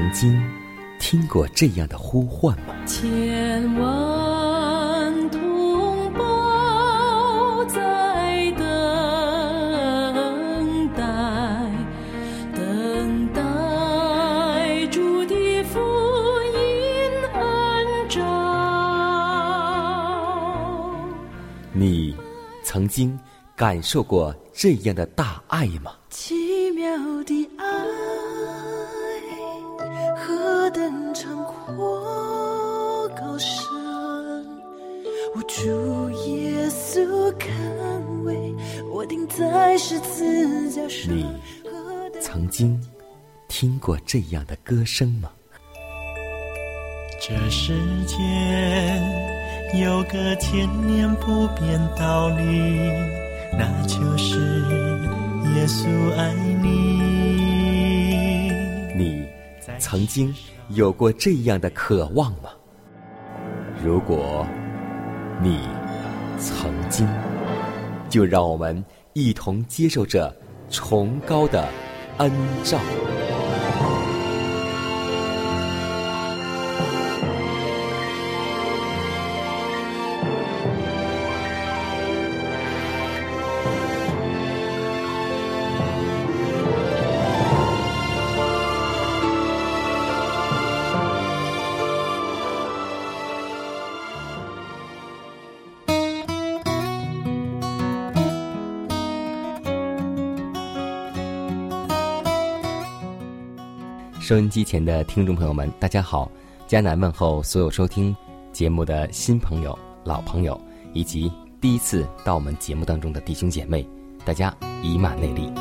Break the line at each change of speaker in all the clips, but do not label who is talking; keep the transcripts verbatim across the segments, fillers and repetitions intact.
曾经听过这样的呼唤吗？
千万同胞在等待，等待主的福音恩召。
你曾经感受过这样的大爱吗？
奇妙的爱，何等长阔高深，我主耶稣看为我钉在十字架上。
你曾经听过这样的歌声吗？
这世间有个千年不变道理，那就是耶稣爱你。
你曾经有过这样的渴望吗？如果你曾经，就让我们一同接受这崇高的恩召。收音机前的听众朋友们，大家好！迦南问候所有收听节目的新朋友、老朋友，以及第一次到我们节目当中的弟兄姐妹，大家以马内利。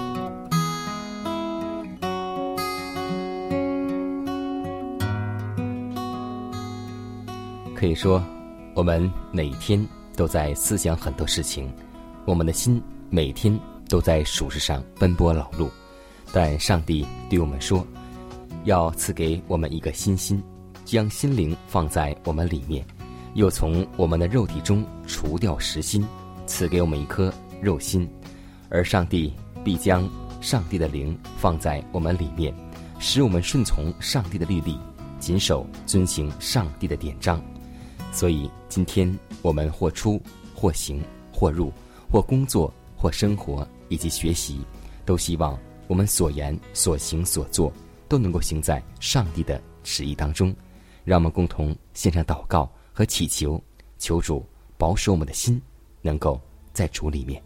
可以说，我们每天都在思想很多事情，我们的心每天都在属世上奔波劳碌，但上帝对我们说，要赐给我们一个新心，将心灵放在我们里面，又从我们的肉体中除掉实心，赐给我们一颗肉心。而上帝必将上帝的灵放在我们里面，使我们顺从上帝的律例，谨守遵行上帝的典章。所以今天我们或出或行或入或工作或生活以及学习，都希望我们所言所行所做都能够行在上帝的旨意当中。让我们共同献上祷告和祈求，求主保守我们的心能够在主里面。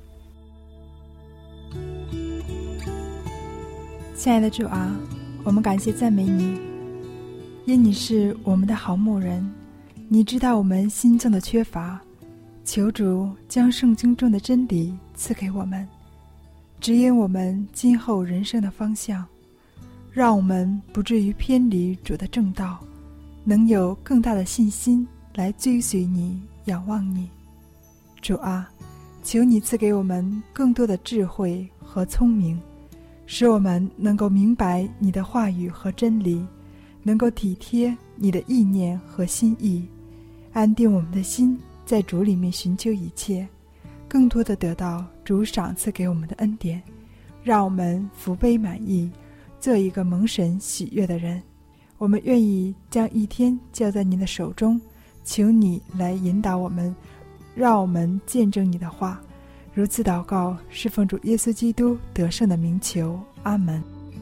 亲爱的主啊，我们感谢赞美你，因你是我们的好牧人，你知道我们心中的缺乏，求主将圣经中的真理赐给我们，指引我们今后人生的方向，让我们不至于偏离主的正道，能有更大的信心来追随你，仰望你。主啊，求你赐给我们更多的智慧和聪明，使我们能够明白你的话语和真理，能够体贴你的意念和心意，安定我们的心，在主里面寻求一切，更多的得到主赏赐给我们的恩典，让我们福杯满溢，做一个蒙神喜悦的人。我们愿意将一天交在你的手中，求你来引导我们，让我们见证你的话。如此祷告，是奉主耶稣基督得胜的名求，阿门。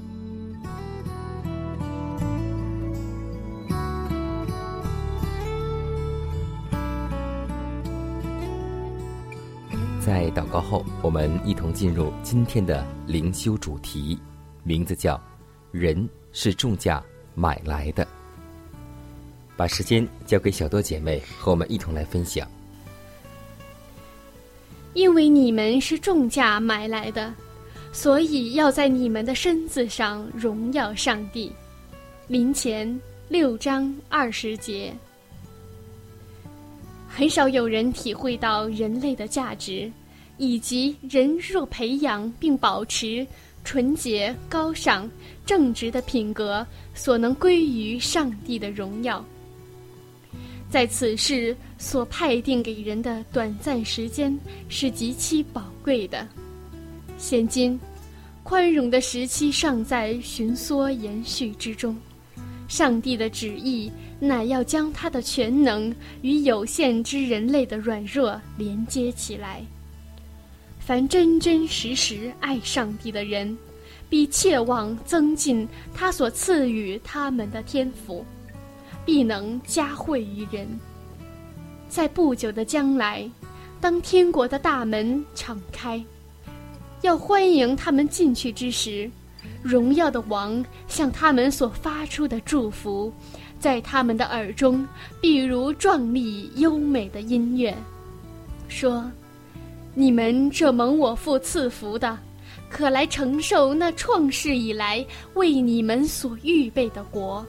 在祷告后，我们一同进入今天的灵修主题，名字叫人是重价买来的。把时间交给小多姐妹和我们一同来分享。
因为你们是重价买来的，所以要在你们的身子上荣耀上帝。林前六章二十节。很少有人体会到人类的价值，以及人若培养并保持纯洁、高尚、正直的品格，所能归于上帝的荣耀。在此世所派定给人的短暂时间是极其宝贵的，现今宽容的时期尚在寻缩延续之中， 上帝的旨意乃要将他的全能与有限之人类的软弱连接起来。凡真真实实爱上帝的人，必切望增进他所赐予他们的天赋，必能加惠于人。在不久的将来，当天国的大门敞开，要欢迎他们进去之时，荣耀的王向他们所发出的祝福，在他们的耳中必如壮丽优美的音乐，说：你们这蒙我父赐福的，可来承受那创世以来为你们所预备的国。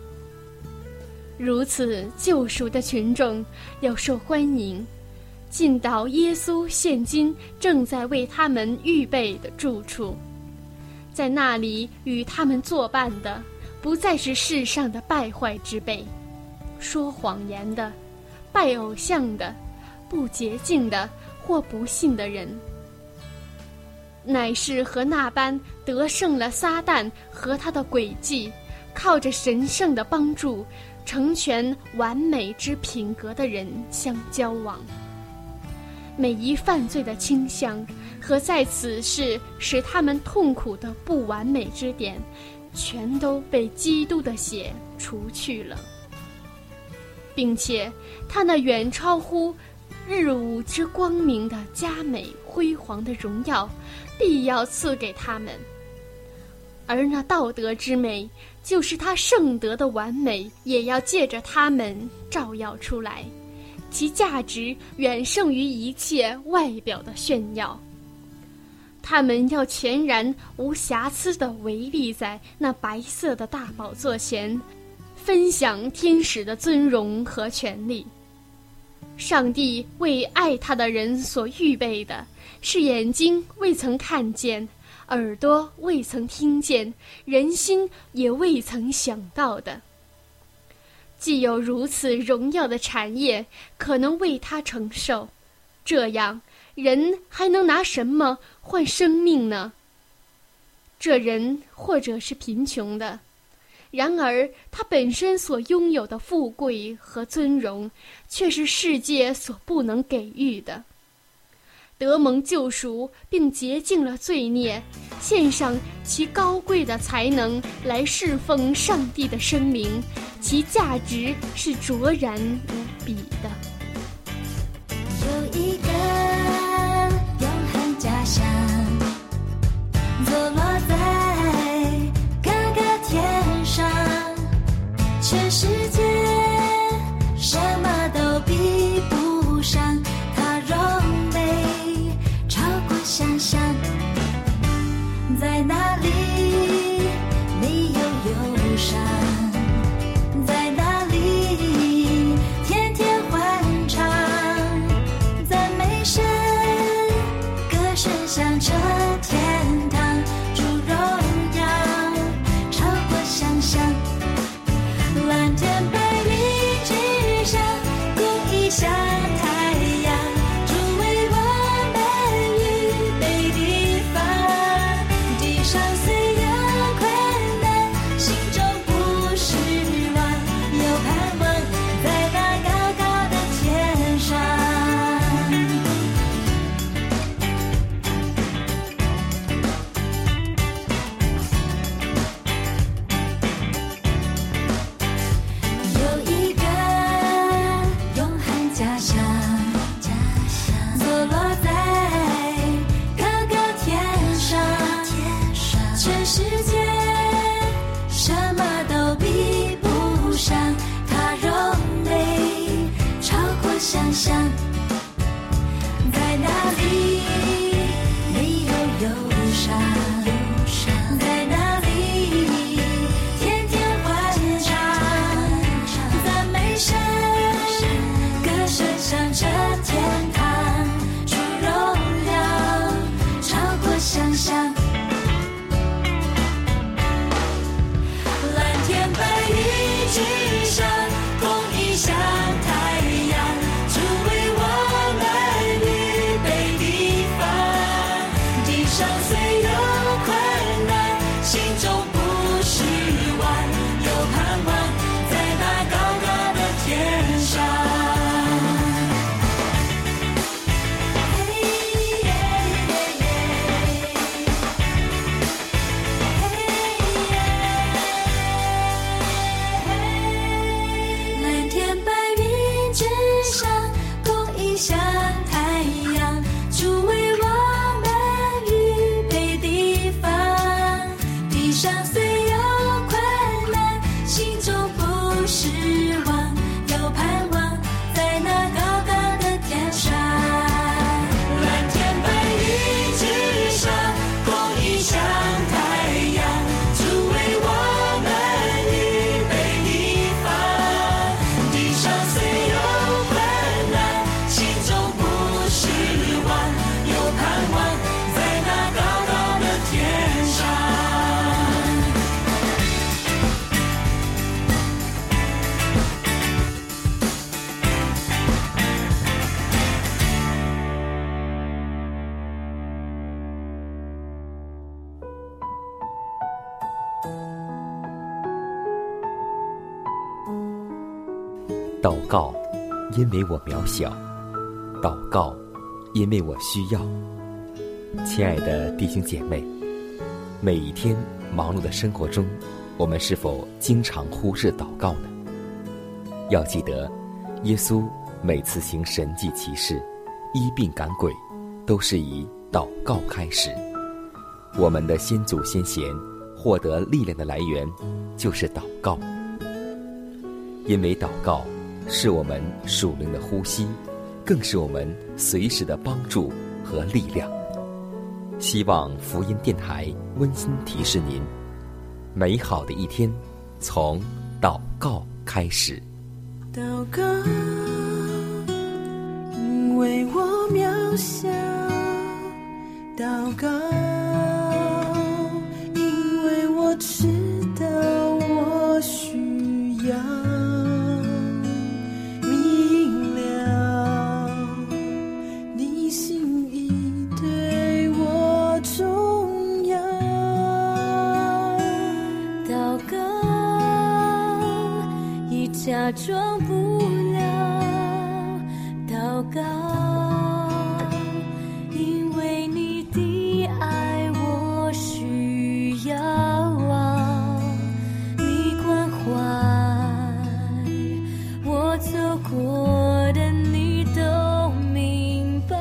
如此救赎的群众要受欢迎，进到耶稣现今正在为他们预备的住处，在那里与他们作伴的不再是世上的败坏之辈，说谎言的、拜偶像的、不洁净的或不信的人，乃是和那般得胜了撒旦和他的诡计，靠着神圣的帮助成全完美之品格的人相交往。每一犯罪的倾向和在此事使他们痛苦的不完美之点，全都被基督的血除去了，并且他那远超乎日午之光明的佳美辉煌的荣耀必要赐给他们。而那道德之美，就是他圣德的完美，也要借着他们照耀出来，其价值远胜于一切外表的炫耀。他们要全然无瑕疵地围立在那白色的大宝座前，分享天使的尊荣和权利。上帝为爱他的人所预备的，是眼睛未曾看见，耳朵未曾听见，人心也未曾想到的。既有如此荣耀的产业可能为他承受，这样人还能拿什么换生命呢？这人或者是贫穷的，然而他本身所拥有的富贵和尊荣，却是世界所不能给予的。得蒙救赎并洁净了罪孽，献上其高贵的才能来侍奉上帝的生灵，其价值是卓然无比的。
有一个永恒家乡，坐落在高高天上，全世界什么都比不上它荣美超过想象。在那里没有忧伤，在那里天天欢唱，赞美神，歌声响彻天堂，主荣耀超过想象。蓝天白云之上，公义像太阳，主为我们预备地方。地上虽有困难，心中不失望，有盼望在那高高的天上。有一个永恒家乡，坐落在高高天上，全世界什么都比不上它荣美超过想象。在那里没有忧伤，在那里天天欢唱，赞美神，歌声响彻天堂，主荣耀超过想象。蓝天白云之上，公义像太阳，主为我们预备地方。地上虽有
祷告，因为我渺小；祷告，因为我需要。亲爱的弟兄姐妹，每一天忙碌的生活中，我们是否经常忽视祷告呢？要记得，耶稣每次行神迹奇事、医病赶鬼，都是以祷告开始。我们的先祖先贤获得力量的来源就是祷告，因为祷告是我们属灵的呼吸，更是我们随时的帮助和力量。希望福音电台温馨提示您，美好的一天从祷告开始。
祷告，因为我渺小；祷告，因为我知道我需要。明了你心意对我重要。
祷告，已假装不了。祷告，因为你的爱我需要啊，你关怀我走过的你都明白。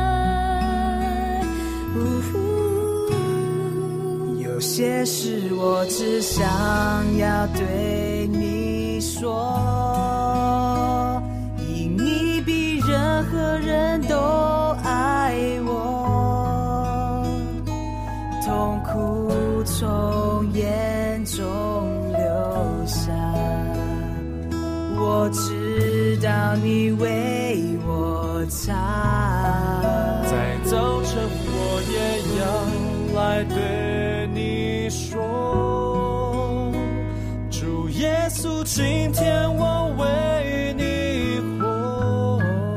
有些事我只想要对你说，因你比任何人都爱我，痛苦从眼中流下，我知道你为我擦。
在早晨我也要来对你说，主耶稣，今天我为你活，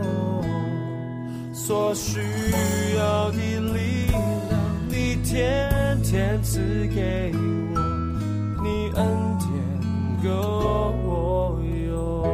所需要的力量你天天赐给我，你恩典够我用。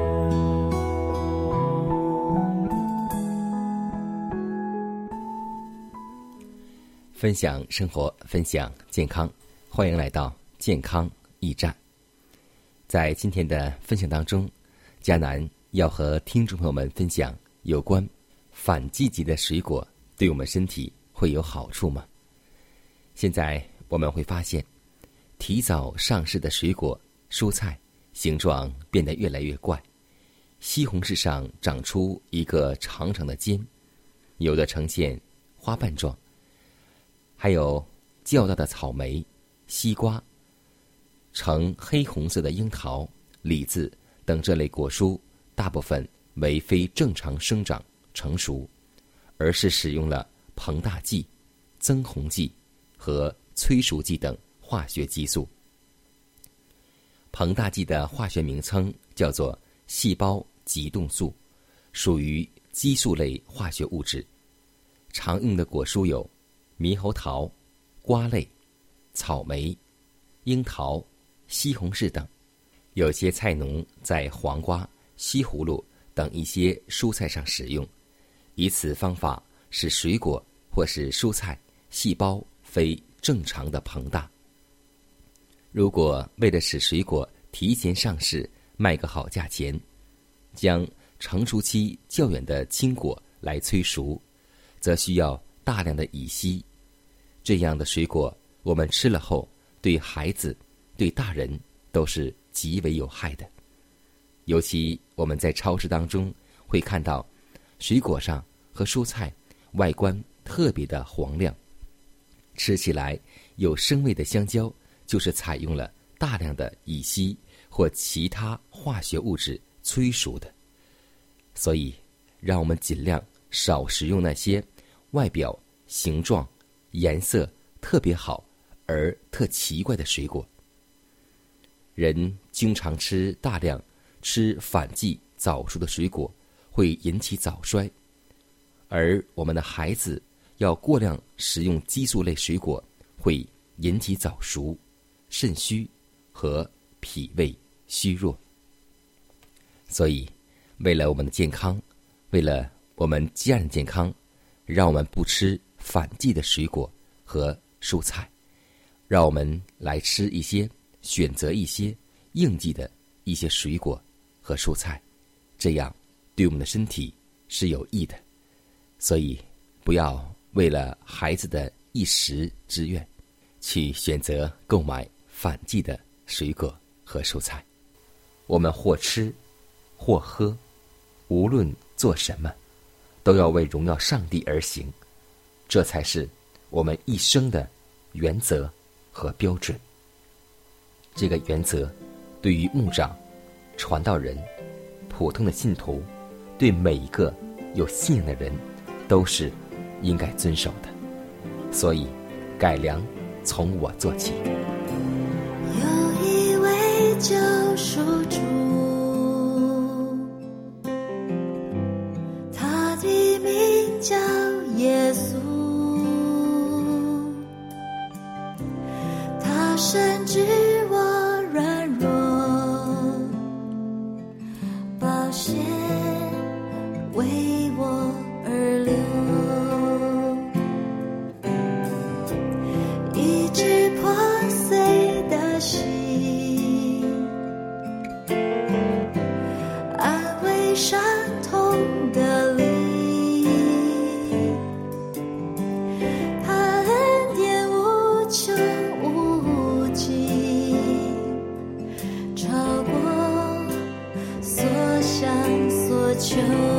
分享生活，分享健康，欢迎来到健康驿站。在今天的分享当中，迦南要和听众朋友们分享有关反季节的水果对我们身体会有好处吗？现在我们会发现，提早上市的水果、蔬菜形状变得越来越怪，西红柿上长出一个长长的尖，有的呈现花瓣状，还有较大的草莓、西瓜，呈黑红色的樱桃、李子等这类果蔬，大部分为非正常生长成熟，而是使用了膨大剂、增红剂和催熟剂等化学激素。膨大剂的化学名称叫做细胞激动素，属于激素类化学物质。常用的果蔬有猕猴桃、瓜类、草莓、樱桃、西红柿等。有些菜农在黄瓜、西葫芦等一些蔬菜上使用，以此方法使水果或是蔬菜细胞非正常的膨大。如果为了使水果提前上市卖个好价钱，将成熟期较远的青果来催熟，则需要大量的乙烯。这样的水果我们吃了后，对孩子、对大人都是极为有害的。尤其我们在超市当中会看到，水果上和蔬菜外观特别的黄亮，吃起来有生味的香蕉就是采用了大量的乙烯或其他化学物质催熟的。所以让我们尽量少食用那些外表、形状、颜色特别好而特奇怪的水果。人经常吃大量吃反季早熟的水果，会引起早衰，而我们的孩子要过量食用激素类水果，会引起早熟、肾虚和脾胃虚弱。所以为了我们的健康，为了我们家人健康，让我们不吃反季的水果和蔬菜，让我们来吃一些选择一些应季的一些水果和蔬菜，这样对我们的身体是有益的。所以不要为了孩子的一时之愿去选择购买反季的水果和蔬菜。我们或吃或喝，无论做什么，都要为荣耀上帝而行，这才是我们一生的原则和标准。这个原则对于牧长、传道人、普通的信徒，对每一个有信仰的人都是应该遵守的。所以改良从我做起。
有一位救赎主，他的名叫耶稣，他深知我软弱，宝血为我而流，医治破碎的心，安慰伤痛的灵，他恩典无穷无尽，超过所想所求。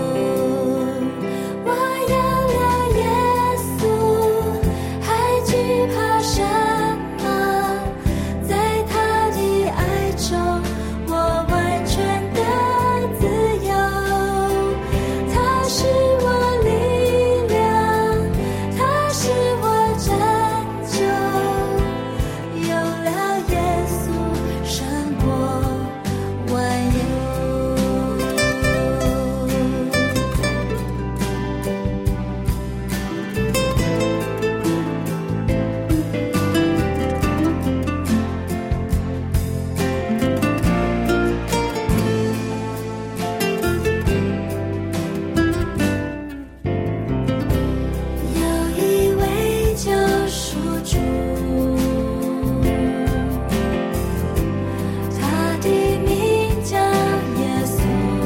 我有了耶稣，还惧怕什么？在他的爱中，我完全的自由。他是我力量，他是我拯救。有了耶稣，胜过万有。有一位救赎主，他的名叫耶稣，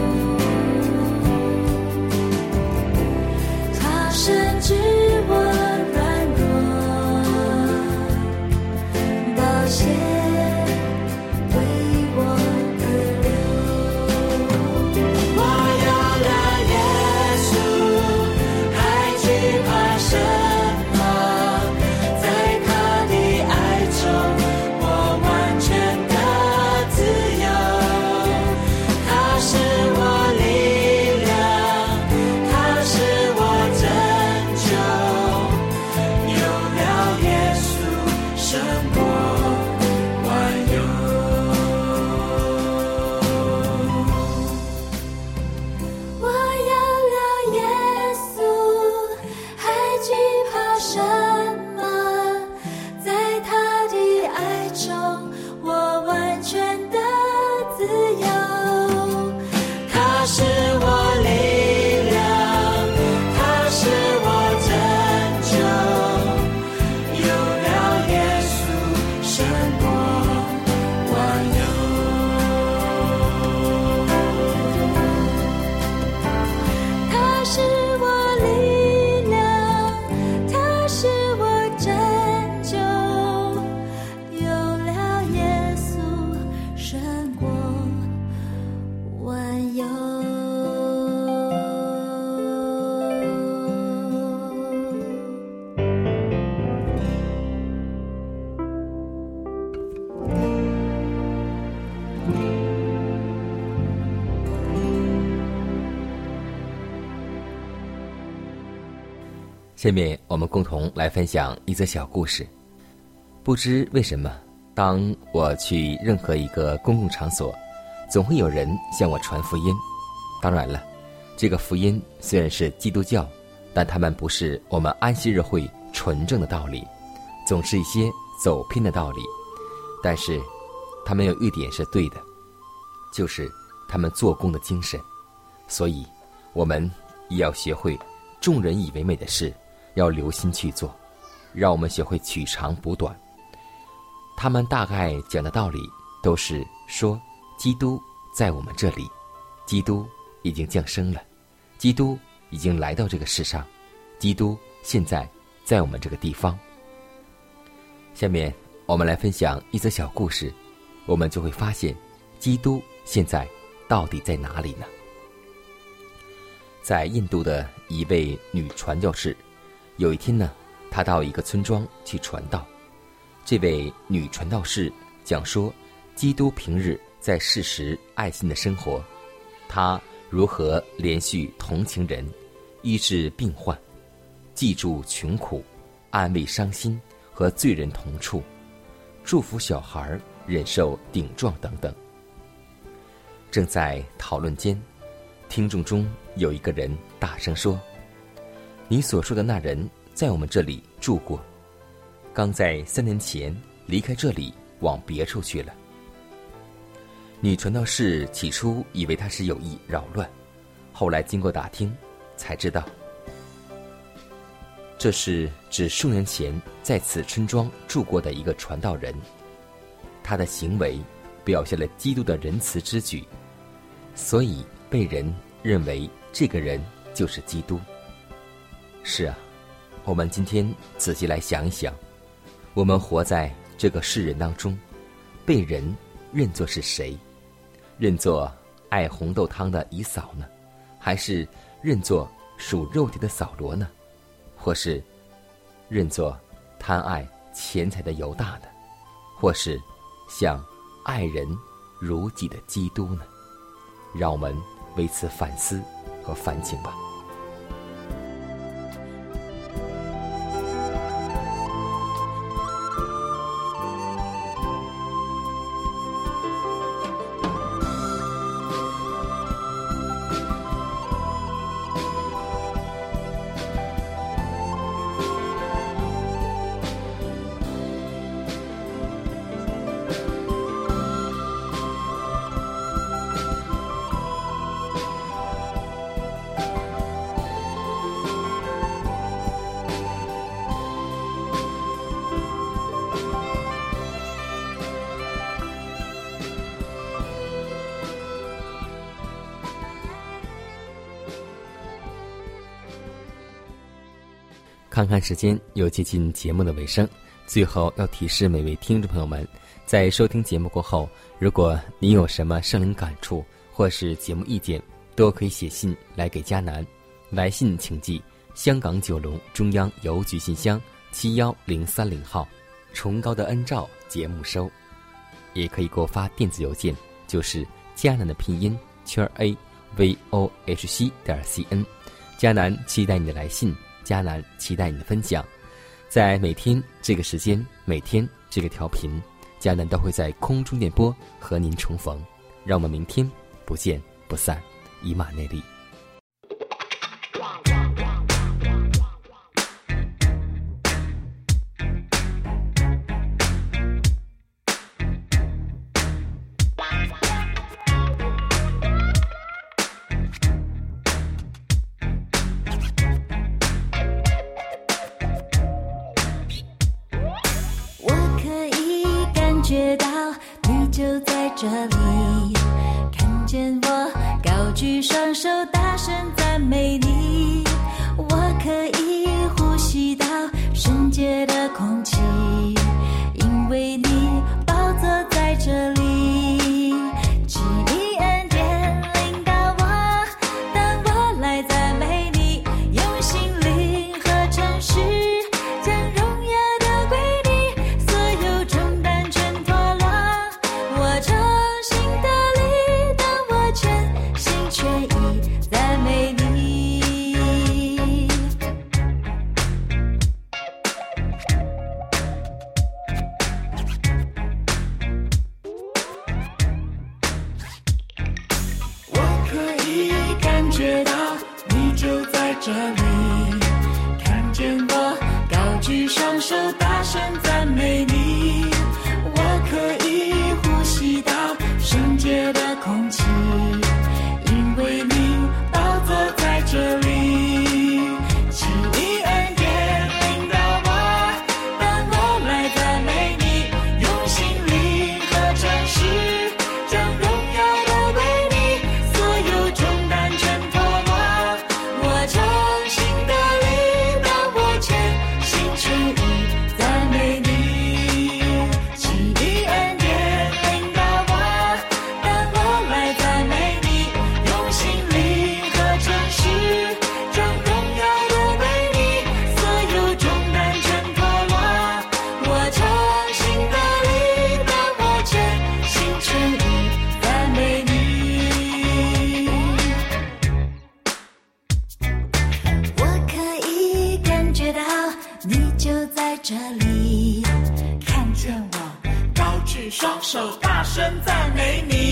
他深知我软弱，宝血为我而流。我有了耶稣，还惧怕什么？在他的爱中，我完全的自由。他是我力量，他是我拯救。有了耶稣，胜过万有。我有了耶稣，还惧怕什么？在他的爱中，我完全的自由。他是我力量，他是我拯救。有了耶稣，胜过万有。他是我力量，他是我拯救。有了耶稣，胜过万有。
下面我们共同来分享一则小故事。不知为什么，当我去任何一个公共场所，总会有人向我传福音。当然了，这个福音虽然是基督教，但他们不是我们安息日会纯正的道理，总是一些走偏的道理。但是他们有一点是对的，就是他们做工的精神。 所以我们也要学会众人以为美的事要留心去做，让我们学会取长补短。他们大概讲的道理都是说，基督在我们这里，基督已经降生了，基督已经来到这个世上，基督现在在我们这个地方。下面我们来分享一则小故事，我们就会发现基督现在到底在哪里呢？在印度的一位女传教士，有一天呢，她到一个村庄去传道。这位女传道士讲说，基督平日在世时爱心的生活，他如何连续同情人，医治病患，记住穷苦，安慰伤心，和罪人同处，祝福小孩，忍受顶撞等等。正在讨论间，听众中有一个人大声说，你所说的那人在我们这里住过，刚在三年前离开这里往别处去了。女传道士起初以为他是有意扰乱，后来经过打听才知道，这是指数年前在此村庄住过的一个传道人，他的行为表现了基督的仁慈之举，所以被人认为这个人就是基督。是啊，我们今天仔细来想一想，我们活在这个世人当中，被人认作是谁？认作爱红豆汤的以扫呢，还是认作属肉体的扫罗呢？或是认作贪爱钱财的犹大呢？或是像爱人如己的基督呢？让我们为此反思和反省吧。看看时间，又接近节目的尾声，最后要提示每位听众朋友们，在收听节目过后，如果你有什么圣灵感触或是节目意见，都可以写信来给迦南。来信请寄香港九龙中央邮局信箱七一零三零号，崇高的恩照节目收。也可以给我发电子邮件，就是迦南的拼音圈 a v o h c 点 c n。迦南期待你的来信，迦南期待你的分享。在每天这个时间，每天这个调频，迦南都会在空中电波和您重逢。让我们明天不见不散，以马内利。
觉到你就在这里，看见我高举双手大声赞美你，我可以呼吸到圣洁的空气，因为你宝座在这里，奇异恩典领导我，当我来赞美你，用心灵和诚实将荣耀都归你，所有重担全脱落，我重新得力，当我全心全意赞美你。我可以感觉到你就在这里，看见我高举双手大声赞美你，我可以呼吸到圣洁的空气，因为你
双手大声赞美你。